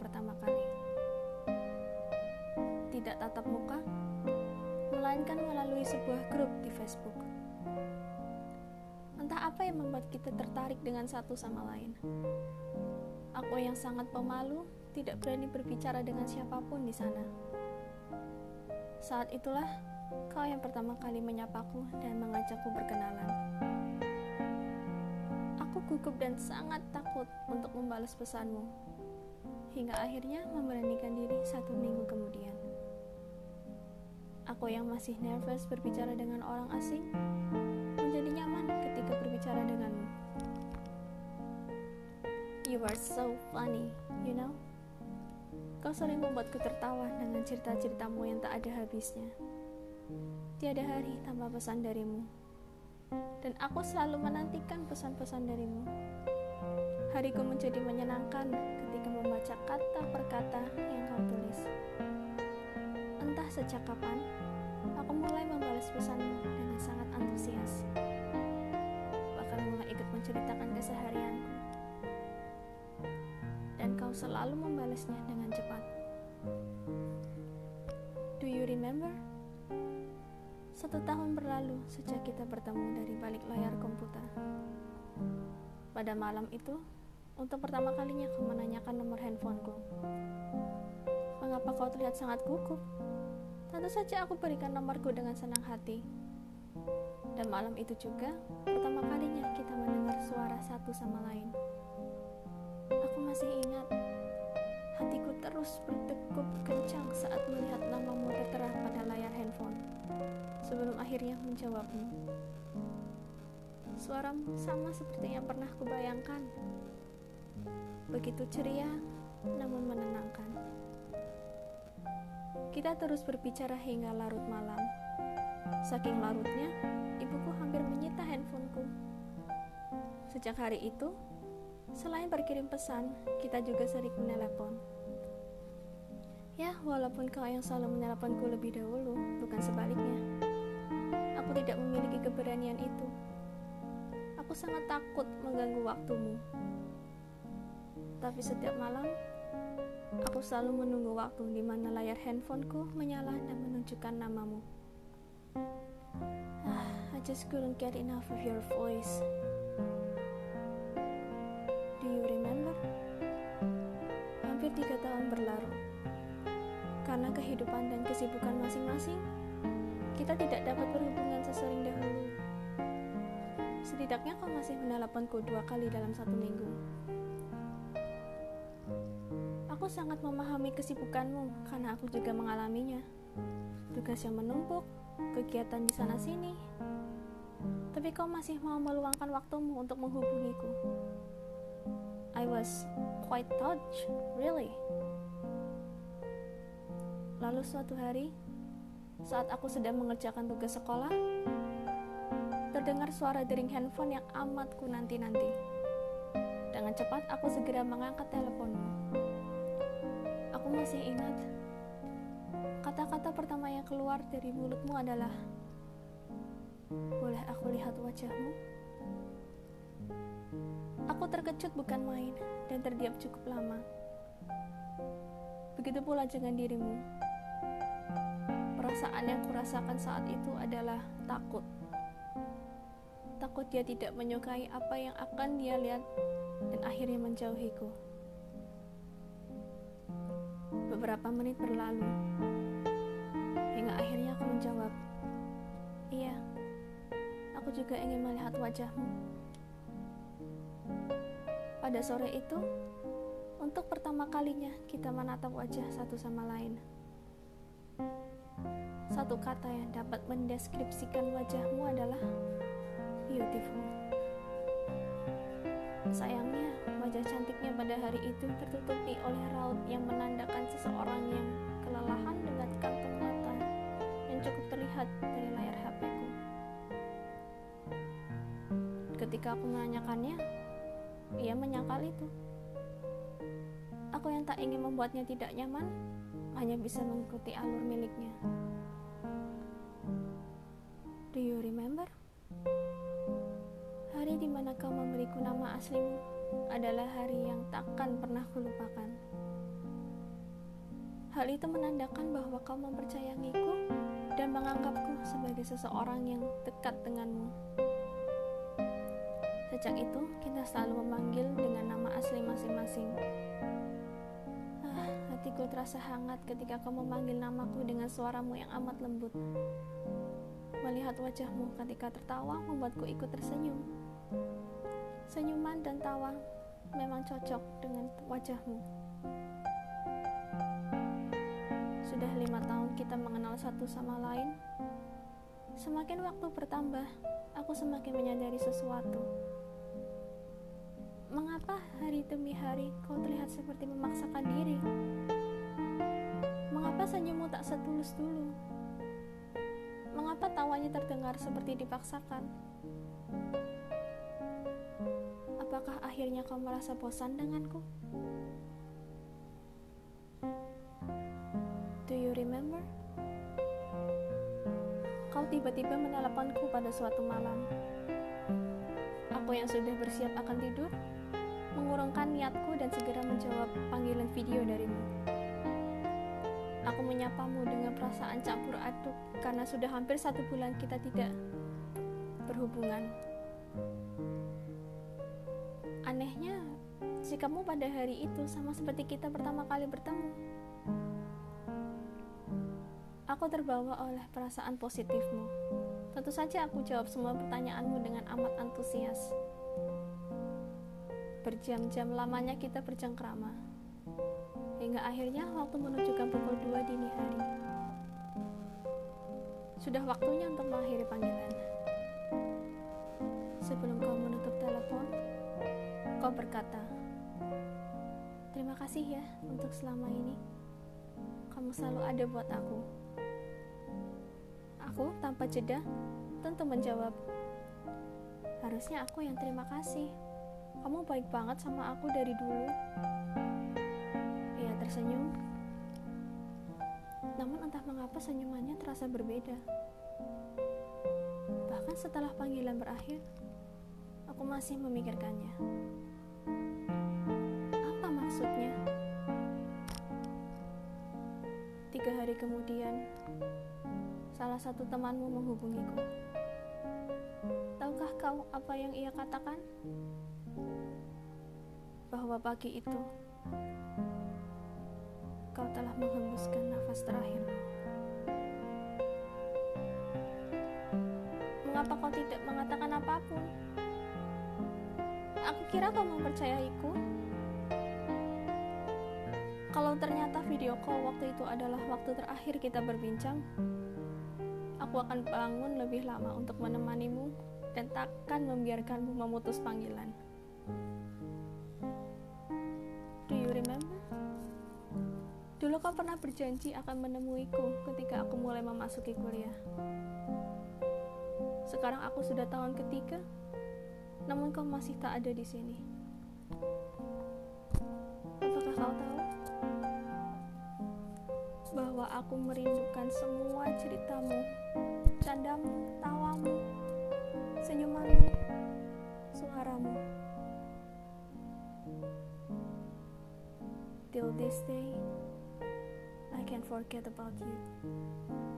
pertama kali. Tidak tatap muka, melainkan melalui sebuah grup di Facebook. Entah apa yang membuat kita tertarik dengan satu sama lain. Aku yang sangat pemalu, tidak berani berbicara dengan siapapun di sana. Saat itulah, kau yang pertama kali menyapaku dan mengajakku berkenalan. Aku gugup dan sangat takut untuk membalas pesanmu, hingga akhirnya memberanikan diri 1 minggu kemudian. Aku yang masih nervous berbicara dengan orang asing, menjadi nyaman ketika berbicara denganmu. You are so funny, you know? Kau sering membuatku tertawa dengan cerita-ceritamu yang tak ada habisnya. Tiada hari tanpa pesan darimu. Dan aku selalu menantikan pesan-pesan darimu. Hariku menjadi menyenangkan ketika membaca kata per kata yang kau tulis. Entah sejak kapan, aku mulai membalas pesanmu dengan sangat antusias. Bahkan mulai ikut menceritakan keseharianku. Dan kau selalu membalasnya dengan cepat. Do you remember? 1 tahun berlalu sejak kita bertemu dari balik layar komputer. Pada malam itu, untuk pertama kalinya kau menanyakan nomor handphoneku. Mengapa kau terlihat sangat gugup? Tentu saja aku berikan nomorku dengan senang hati. Dan malam itu juga, pertama kalinya kita mendengar suara satu sama lain. Aku masih ingat, hatiku terus berdegup kencang saat melihat namamu tertera pada layar handphone, sebelum akhirnya menjawabmu. Suaramu sama seperti yang pernah kubayangkan. Begitu ceria, namun menenangkan. Kita terus berbicara hingga larut malam. Saking larutnya, ibuku hampir menyita handphoneku. Sejak hari itu, selain berkirim pesan, kita juga sering menelepon. Ya, walaupun kau yang selalu meneleponku lebih dahulu, bukan sebaliknya. Aku tidak memiliki keberanian itu. Aku sangat takut mengganggu waktumu. Tapi setiap malam, aku selalu menunggu waktu di mana layar handphoneku menyala dan menunjukkan namamu. I just couldn't get enough of your voice. Do you remember? Hampir 3 tahun berlalu. Karena kehidupan dan kesibukan masing-masing, kita tidak dapat berhubungan sesering dahulu. Setidaknya kau masih meneleponku 2 kali dalam 1 minggu. Aku sangat memahami kesibukanmu karena aku juga mengalaminya. Tugas yang menumpuk, kegiatan di sana-sini. Tapi kau masih mau meluangkan waktumu untuk menghubungiku. I was quite touched, really. Lalu suatu hari, saat aku sedang mengerjakan tugas sekolah, terdengar suara dering handphone yang amat ku nanti-nanti. Dengan cepat aku segera mengangkat teleponmu. Aku masih ingat, kata-kata pertama yang keluar dari mulutmu adalah, "Boleh aku lihat wajahmu?" Aku terkejut bukan main dan terdiam cukup lama. Begitu pula dengan dirimu. Perasaan yang kurasakan saat itu adalah takut. Takut dia tidak menyukai apa yang akan dia lihat dan akhirnya menjauhiku. Beberapa menit berlalu, hingga akhirnya aku menjawab, "Iya, aku juga ingin melihat wajahmu." Pada sore itu, untuk pertama kalinya kita menatap wajah satu sama lain. Satu kata yang dapat mendeskripsikan wajahmu adalah beautiful. Sayangnya, wajah cantiknya pada hari itu tertutupi oleh raut yang menandakan seseorang yang kelelahan dengan kantung mata yang cukup terlihat dari layar HP-ku. Ketika aku menanyakannya, ia menyangkal itu. Aku yang tak ingin membuatnya tidak nyaman, hanya bisa mengikuti alur miliknya. Do you remember? Hari di mana kau memberiku nama aslimu adalah hari yang takkan pernah kulupakan. Hal itu menandakan bahwa kau mempercayayiku dan menganggapku sebagai seseorang yang dekat denganmu. Sejak itu, kita selalu memanggil dengan nama asli masing-masing. Hatiku terasa hangat ketika kau memanggil namaku dengan suaramu yang amat lembut. Melihat wajahmu ketika tertawa membuatku ikut tersenyum. Senyuman dan tawa memang cocok dengan wajahmu. Sudah 5 tahun kita mengenal satu sama lain. Semakin waktu bertambah, aku semakin menyadari sesuatu. Mengapa hari demi hari kau terlihat seperti memaksakan diri? Mengapa senyummu tak setulus dulu? Mengapa tawanya terdengar seperti dipaksakan? Apakah akhirnya kau merasa bosan denganku? Do you remember? Kau tiba-tiba meneleponku pada suatu malam. Aku yang sudah bersiap akan tidur, mengurungkan niatku dan segera menjawab panggilan video darimu. Aku menyapamu dengan perasaan campur aduk karena sudah hampir 1 bulan kita tidak berhubungan. Anehnya, sikapmu pada hari itu sama seperti kita pertama kali bertemu. Aku terbawa oleh perasaan positifmu. Tentu saja aku jawab semua pertanyaanmu dengan amat antusias. Berjam-jam lamanya kita bercengkrama. Hingga akhirnya waktu menunjukkan pukul 2 dini hari. Sudah waktunya untuk mengakhiri panggilan. Sebelum kau menutup telepon, kau berkata, "Terima kasih ya untuk selama ini. Kamu selalu ada buat aku." Aku tanpa jeda tentu menjawab, "Harusnya aku yang terima kasih. Kamu baik banget sama aku dari dulu." Ia tersenyum. Namun entah mengapa senyumannya terasa berbeda. Bahkan setelah panggilan berakhir, aku masih memikirkannya. Apa maksudnya? 3 hari kemudian, salah satu temanmu menghubungiku. Tahukah kau apa yang ia katakan? Bahwa pagi itu, kau telah menghembuskan nafas terakhirmu. Mengapa kau tidak mengatakan apapun? Aku kira kau mempercayaiku. Kalau ternyata video call waktu itu adalah waktu terakhir kita berbincang, aku akan bangun lebih lama untuk menemanimu dan takkan membiarkanmu memutus panggilan. Do you remember? Dulu kau pernah berjanji akan menemuiku ketika aku mulai memasuki kuliah. Sekarang aku sudah tahun ketiga, namun kau masih tak ada di sini. Apakah kau tahu bahwa aku merindukan semua ceritamu, candamu, tawamu, senyumanmu, suaramu. Till this day, I can't forget about you.